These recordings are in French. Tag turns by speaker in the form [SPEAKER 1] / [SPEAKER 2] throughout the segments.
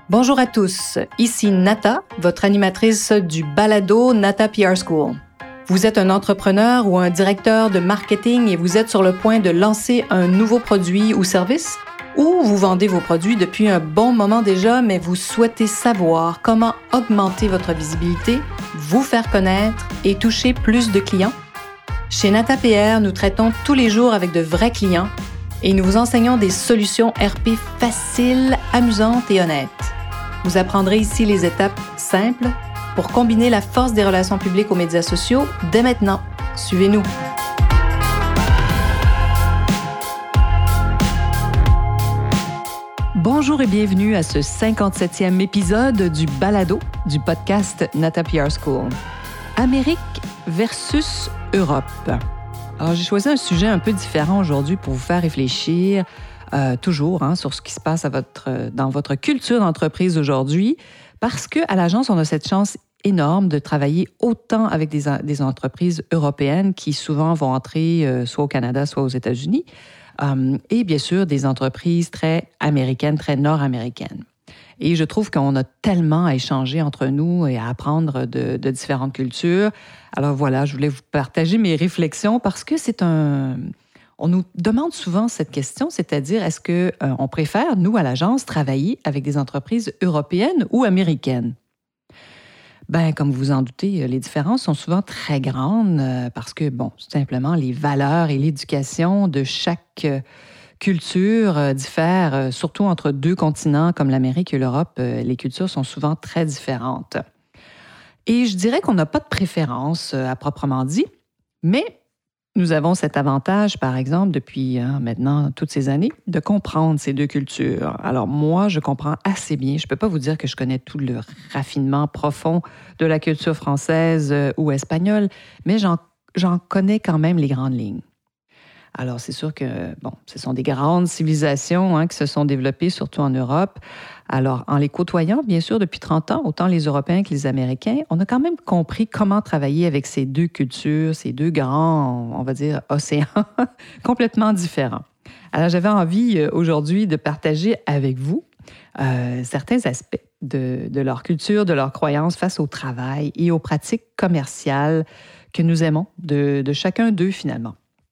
[SPEAKER 1] Bonjour à tous, ici Nata, votre animatrice du balado Nata PR School. Vous êtes un entrepreneur ou un directeur de marketing et vous êtes sur le point de lancer un nouveau produit ou service? Ou vous vendez vos produits depuis un bon moment déjà, mais vous souhaitez savoir comment augmenter votre visibilité, vous faire connaître et toucher plus de clients? Chez Nata PR, nous traitons tous les jours avec de vrais clients et nous vous enseignons des solutions RP faciles, amusantes et honnêtes. Vous apprendrez ici les étapes simples pour combiner la force des relations publiques aux médias sociaux dès maintenant. Suivez-nous. Bonjour et bienvenue à ce 57e épisode du balado du podcast Nata PR School. Amérique versus Europe. Alors, j'ai choisi un sujet un peu différent aujourd'hui pour vous faire réfléchir toujours sur ce qui se passe dans votre culture d'entreprise aujourd'hui, parce qu'à l'agence, on a cette chance énorme de travailler autant avec des entreprises européennes qui souvent vont entrer soit au Canada, soit aux États-Unis, et bien sûr des entreprises très américaines, très nord-américaines. Et je trouve qu'on a tellement à échanger entre nous et à apprendre de différentes cultures. Alors voilà, je voulais vous partager mes réflexions parce que on nous demande souvent cette question, c'est-à-dire est-ce qu'on préfère, nous, à l'agence, travailler avec des entreprises européennes ou américaines? Bien, comme vous en doutez, les différences sont souvent très grandes parce que, tout simplement, les valeurs et l'éducation de chaque culture diffèrent, surtout entre deux continents comme l'Amérique et l'Europe. Les cultures sont souvent très différentes. Et je dirais qu'on n'a pas de préférence à proprement dit, mais nous avons cet avantage, par exemple, depuis maintenant toutes ces années, de comprendre ces deux cultures. Alors moi, je comprends assez bien. Je ne peux pas vous dire que je connais tout le raffinement profond de la culture française ou espagnole, mais j'en connais quand même les grandes lignes. Alors, c'est sûr que, ce sont des grandes civilisations qui se sont développées, surtout en Europe. Alors, en les côtoyant, bien sûr, depuis 30 ans, autant les Européens que les Américains, on a quand même compris comment travailler avec ces deux cultures, ces deux grands, on va dire, océans complètement différents. Alors, j'avais envie aujourd'hui de partager avec vous certains aspects de leur culture, de leurs croyances face au travail et aux pratiques commerciales que nous aimons de chacun d'eux, finalement.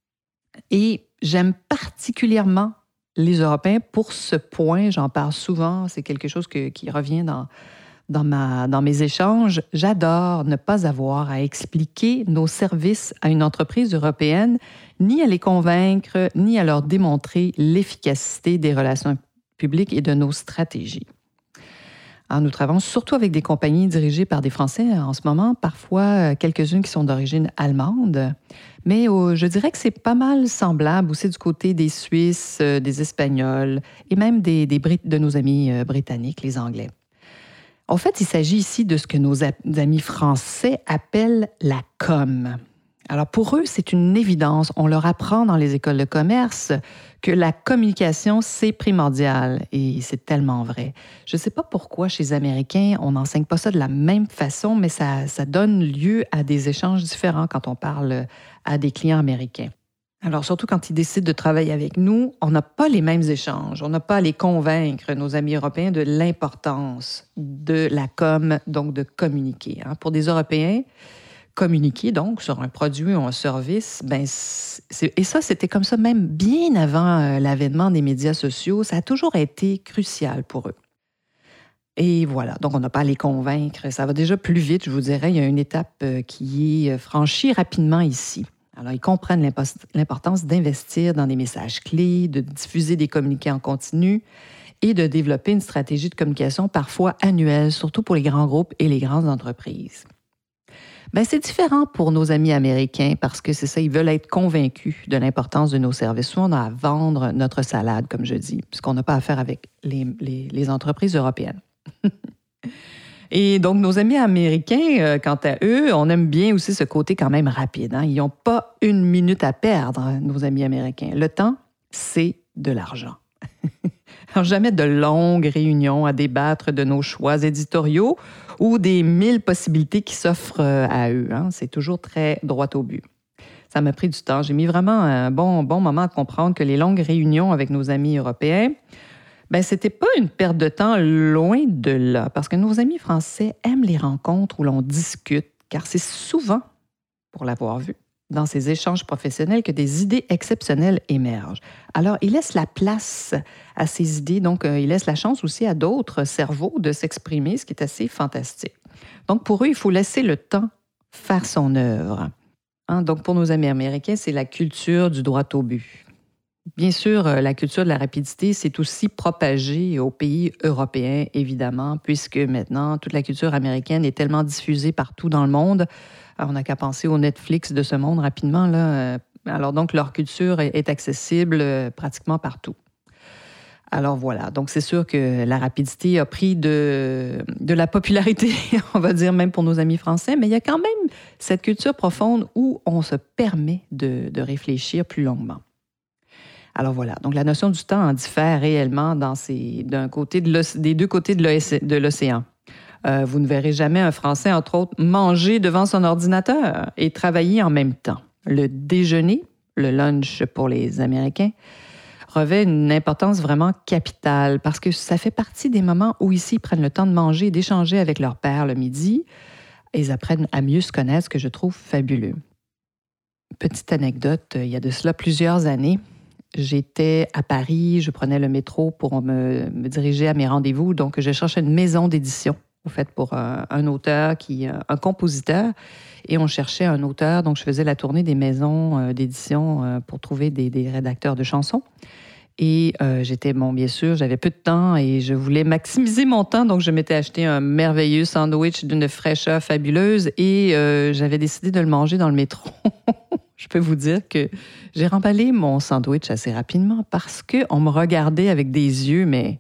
[SPEAKER 1] Et j'aime particulièrement les Européens pour ce point. J'en parle souvent. C'est quelque chose qui revient dans mes échanges. J'adore ne pas avoir à expliquer nos services à une entreprise européenne, ni à les convaincre, ni à leur démontrer l'efficacité des relations publiques et de nos stratégies. Alors, nous travaillons surtout avec des compagnies dirigées par des Français en ce moment, parfois quelques-unes qui sont d'origine allemande. Mais je dirais que c'est pas mal semblable aussi du côté des Suisses, des Espagnols et même de nos amis britanniques, les Anglais. En fait, il s'agit ici de ce que nos amis français appellent la com. Alors pour eux, c'est une évidence. On leur apprend dans les écoles de commerce que la communication, c'est primordial. Et c'est tellement vrai. Je ne sais pas pourquoi chez les Américains, on n'enseigne pas ça de la même façon, mais ça donne lieu à des échanges différents quand on parle à des clients américains. Alors surtout quand ils décident de travailler avec nous, on n'a pas les mêmes échanges. On n'a pas à les convaincre, nos amis européens, de l'importance de la com, donc de communiquer. Pour des Européens, communiquer donc sur un produit ou un service, et ça, c'était comme ça même bien avant l'avènement des médias sociaux. Ça a toujours été crucial pour eux. Et voilà, donc on n'a pas à les convaincre. Ça va déjà plus vite, je vous dirais. Il y a une étape qui est franchie rapidement ici. Alors, ils comprennent l'importance d'investir dans des messages clés, de diffuser des communiqués en continu et de développer une stratégie de communication parfois annuelle, surtout pour les grands groupes et les grandes entreprises. C'est différent pour nos amis américains parce que c'est ça, ils veulent être convaincus de l'importance de nos services. Soit on a à vendre notre salade, comme je dis, puisqu'on n'a pas à faire avec les entreprises européennes. Et donc, nos amis américains, quant à eux, on aime bien aussi ce côté quand même rapide. Ils n'ont pas une minute à perdre, nos amis américains. Le temps, c'est de l'argent. Alors, jamais de longues réunions à débattre de nos choix éditoriaux ou des 1000 possibilités qui s'offrent à eux. C'est toujours très droit au but. Ça m'a pris du temps. J'ai mis vraiment un bon moment à comprendre que les longues réunions avec nos amis européens, Ben, c'était pas une perte de temps, loin de là, parce que nos amis français aiment les rencontres où l'on discute, car c'est souvent, pour l'avoir vu, dans ces échanges professionnels que des idées exceptionnelles émergent. Alors, ils laissent la place à ces idées, donc ils laissent la chance aussi à d'autres cerveaux de s'exprimer, ce qui est assez fantastique. Donc, pour eux, il faut laisser le temps faire son œuvre. Donc, pour nos amis américains, c'est la culture du droit au but. Bien sûr, la culture de la rapidité, c'est aussi propagé aux pays européens, évidemment, puisque maintenant, toute la culture américaine est tellement diffusée partout dans le monde. Alors, on n'a qu'à penser au Netflix de ce monde rapidement, là. Alors, donc, leur culture est accessible pratiquement partout. Alors, voilà. Donc, c'est sûr que la rapidité a pris de la popularité, on va dire, même pour nos amis français, mais il y a quand même cette culture profonde où on se permet de réfléchir plus longuement. Alors voilà, donc la notion du temps en diffère réellement des deux côtés de l'océan. Vous ne verrez jamais un Français, entre autres, manger devant son ordinateur et travailler en même temps. Le déjeuner, le lunch pour les Américains, revêt une importance vraiment capitale parce que ça fait partie des moments où ici ils prennent le temps de manger et d'échanger avec leur père le midi et ils apprennent à mieux se connaître, ce que je trouve fabuleux. Petite anecdote, il y a de cela plusieurs années, j'étais à Paris, je prenais le métro pour me diriger à mes rendez-vous. Donc, je cherchais une maison d'édition, au fait, pour un auteur, un compositeur. Et on cherchait un auteur. Donc, je faisais la tournée des maisons d'édition pour trouver des rédacteurs de chansons. Et bien sûr, j'avais peu de temps et je voulais maximiser mon temps. Donc, je m'étais acheté un merveilleux sandwich d'une fraîcheur fabuleuse et j'avais décidé de le manger dans le métro. Je peux vous dire que j'ai remballé mon sandwich assez rapidement parce qu'on me regardait avec des yeux, mais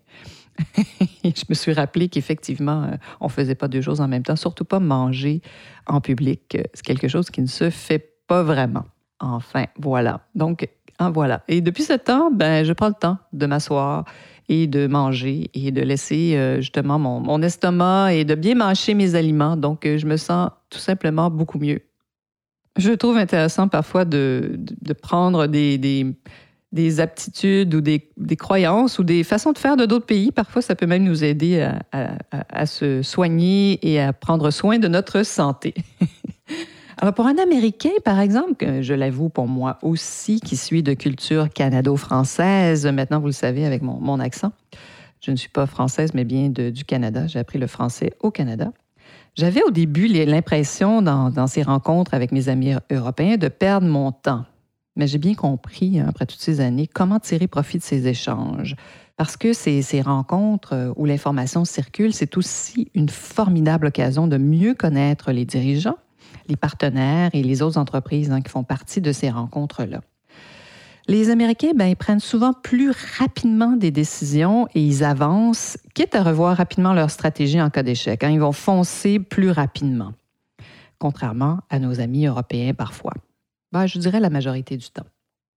[SPEAKER 1] je me suis rappelé qu'effectivement, on ne faisait pas deux choses en même temps, surtout pas manger en public. C'est quelque chose qui ne se fait pas vraiment. Enfin, voilà. Donc, voilà. Et depuis ce temps, je prends le temps de m'asseoir et de manger et de laisser justement mon estomac et de bien mâcher mes aliments. Donc, je me sens tout simplement beaucoup mieux. Je trouve intéressant parfois de prendre des aptitudes ou des croyances ou des façons de faire de d'autres pays. Parfois, ça peut même nous aider à se soigner et à prendre soin de notre santé. Alors, pour un Américain, par exemple, je l'avoue pour moi aussi, qui suis de culture canado-française, maintenant, vous le savez, avec mon accent, je ne suis pas française, mais bien du Canada. J'ai appris le français au Canada. J'avais au début l'impression, dans ces rencontres avec mes amis européens, de perdre mon temps. Mais j'ai bien compris, après toutes ces années, comment tirer profit de ces échanges. Parce que ces rencontres où l'information circule, c'est aussi une formidable occasion de mieux connaître les dirigeants, les partenaires et les autres entreprises qui font partie de ces rencontres-là. Les Américains, ils prennent souvent plus rapidement des décisions et ils avancent, quitte à revoir rapidement leur stratégie en cas d'échec. Ils vont foncer plus rapidement, contrairement à nos amis européens parfois. Je dirais la majorité du temps.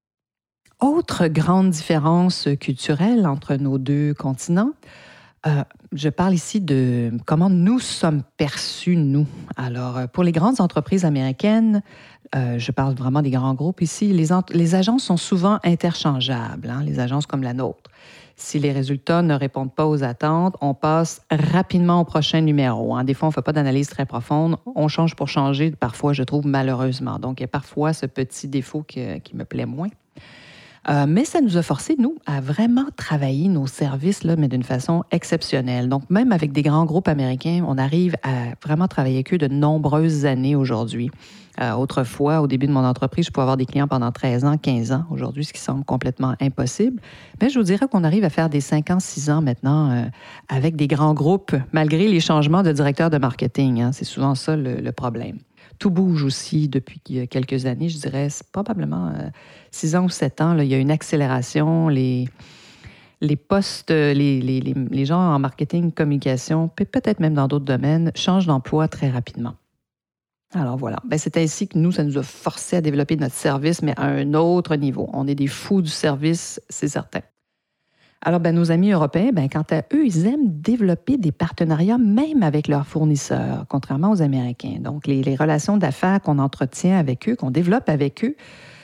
[SPEAKER 1] Autre grande différence culturelle entre nos deux continents, je parle ici de comment nous sommes perçus, nous. Alors, pour les grandes entreprises américaines, je parle vraiment des grands groupes ici, les agences sont souvent interchangeables, les agences comme la nôtre. Si les résultats ne répondent pas aux attentes, on passe rapidement au prochain numéro. Des fois, on ne fait pas d'analyse très profonde. On change pour changer, parfois, je trouve, malheureusement. Donc, il y a parfois ce petit défaut qui me plaît moins. Mais ça nous a forcé, nous, à vraiment travailler nos services, là, mais d'une façon exceptionnelle. Donc, même avec des grands groupes américains, on arrive à vraiment travailler avec eux de nombreuses années aujourd'hui. Autrefois, au début de mon entreprise, je pouvais avoir des clients pendant 13 ans, 15 ans. Aujourd'hui, ce qui semble complètement impossible. Mais je vous dirais qu'on arrive à faire des 5 ans, 6 ans maintenant avec des grands groupes, malgré les changements de directeur de marketing. C'est souvent ça le problème. Tout bouge aussi depuis quelques années, je dirais, c'est probablement 6 ans ou 7 ans, là, il y a une accélération. Les postes, les gens en marketing, communication, peut-être même dans d'autres domaines, changent d'emploi très rapidement. Alors voilà, c'est ainsi que nous, ça nous a forcé à développer notre service, mais à un autre niveau. On est des fous du service, c'est certain. Alors, nos amis européens, quant à eux, ils aiment développer des partenariats même avec leurs fournisseurs, contrairement aux Américains. Donc, les relations d'affaires qu'on entretient avec eux, qu'on développe avec eux,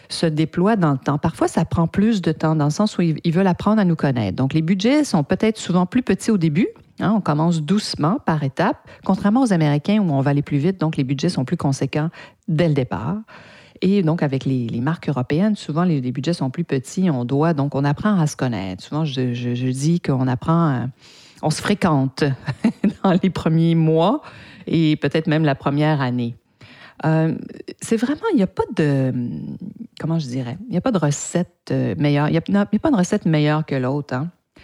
[SPEAKER 1] se déploie dans le temps. Parfois, ça prend plus de temps dans le sens où ils veulent apprendre à nous connaître. Donc, les budgets sont peut-être souvent plus petits au début. On commence doucement, par étapes, contrairement aux Américains où on va aller plus vite. Donc, les budgets sont plus conséquents dès le départ. Et donc, avec les marques européennes, souvent, les budgets sont plus petits. On apprend à se connaître. Souvent, je dis qu'on apprend, on se fréquente dans les premiers mois et peut-être même la première année. C'est vraiment, il n'y a pas de, comment je dirais, il n'y a pas de recette meilleure. Il n'y a pas de recette meilleure que l'autre,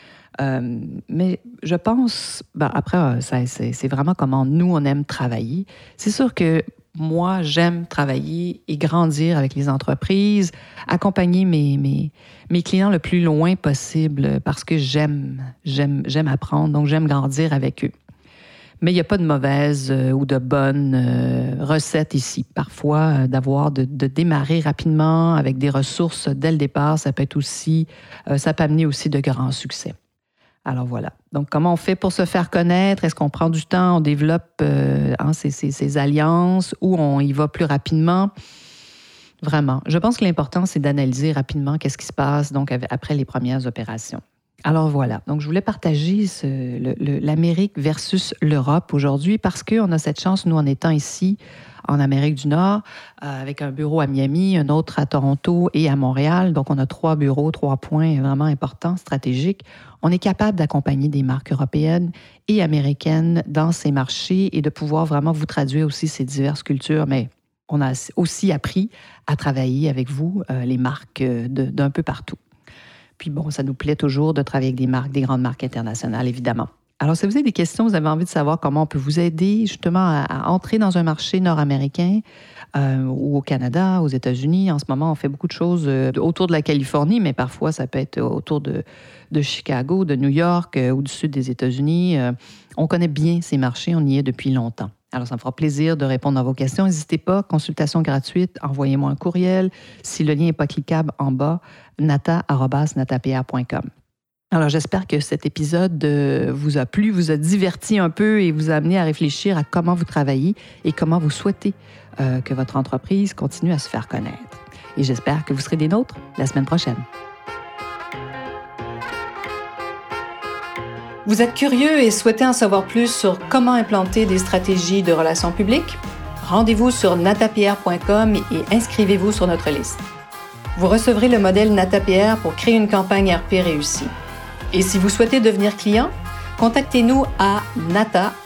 [SPEAKER 1] mais je pense, après, c'est vraiment comment nous, on aime travailler. C'est sûr que moi, j'aime travailler et grandir avec les entreprises, accompagner mes clients le plus loin possible parce que j'aime apprendre, donc j'aime grandir avec eux. Mais il n'y a pas de mauvaise ou de bonne recette ici. Parfois, de démarrer rapidement avec des ressources dès le départ, ça peut amener aussi de grands succès. Alors voilà. Donc, comment on fait pour se faire connaître? Est-ce qu'on prend du temps, on développe ces alliances ou on y va plus rapidement? Vraiment. Je pense que l'important, c'est d'analyser rapidement qu'est-ce qui se passe donc après les premières opérations. Alors voilà, donc je voulais partager l'Amérique versus l'Europe aujourd'hui parce qu'on a cette chance, nous, en étant ici, en Amérique du Nord, avec un bureau à Miami, un autre à Toronto et à Montréal. Donc, on a 3 bureaux, 3 points vraiment importants, stratégiques. On est capable d'accompagner des marques européennes et américaines dans ces marchés et de pouvoir vraiment vous traduire aussi ces diverses cultures. Mais on a aussi appris à travailler avec vous, les marques d'un peu partout. Puis bon, ça nous plaît toujours de travailler avec des grandes marques internationales, évidemment. Alors, si vous avez des questions, vous avez envie de savoir comment on peut vous aider justement à entrer dans un marché nord-américain ou au Canada, aux États-Unis. En ce moment, on fait beaucoup de choses autour de la Californie, mais parfois, ça peut être autour de Chicago, de New York ou du sud des États-Unis. On connaît bien ces marchés, on y est depuis longtemps. Alors, ça me fera plaisir de répondre à vos questions. N'hésitez pas, consultation gratuite, envoyez-moi un courriel. Si le lien n'est pas cliquable en bas, nata@natapr.com. Alors, j'espère que cet épisode vous a plu, vous a diverti un peu et vous a amené à réfléchir à comment vous travaillez et comment vous souhaitez que votre entreprise continue à se faire connaître. Et j'espère que vous serez des nôtres la semaine prochaine. Vous êtes curieux et souhaitez en savoir plus sur comment implanter des stratégies de relations publiques? Rendez-vous sur natapr.com et inscrivez-vous sur notre liste. Vous recevrez le modèle NataPR pour créer une campagne RP réussie. Et si vous souhaitez devenir client, contactez-nous à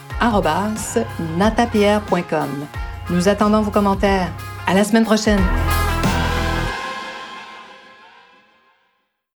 [SPEAKER 1] nata@natapr.com. Nous attendons vos commentaires. À la semaine prochaine!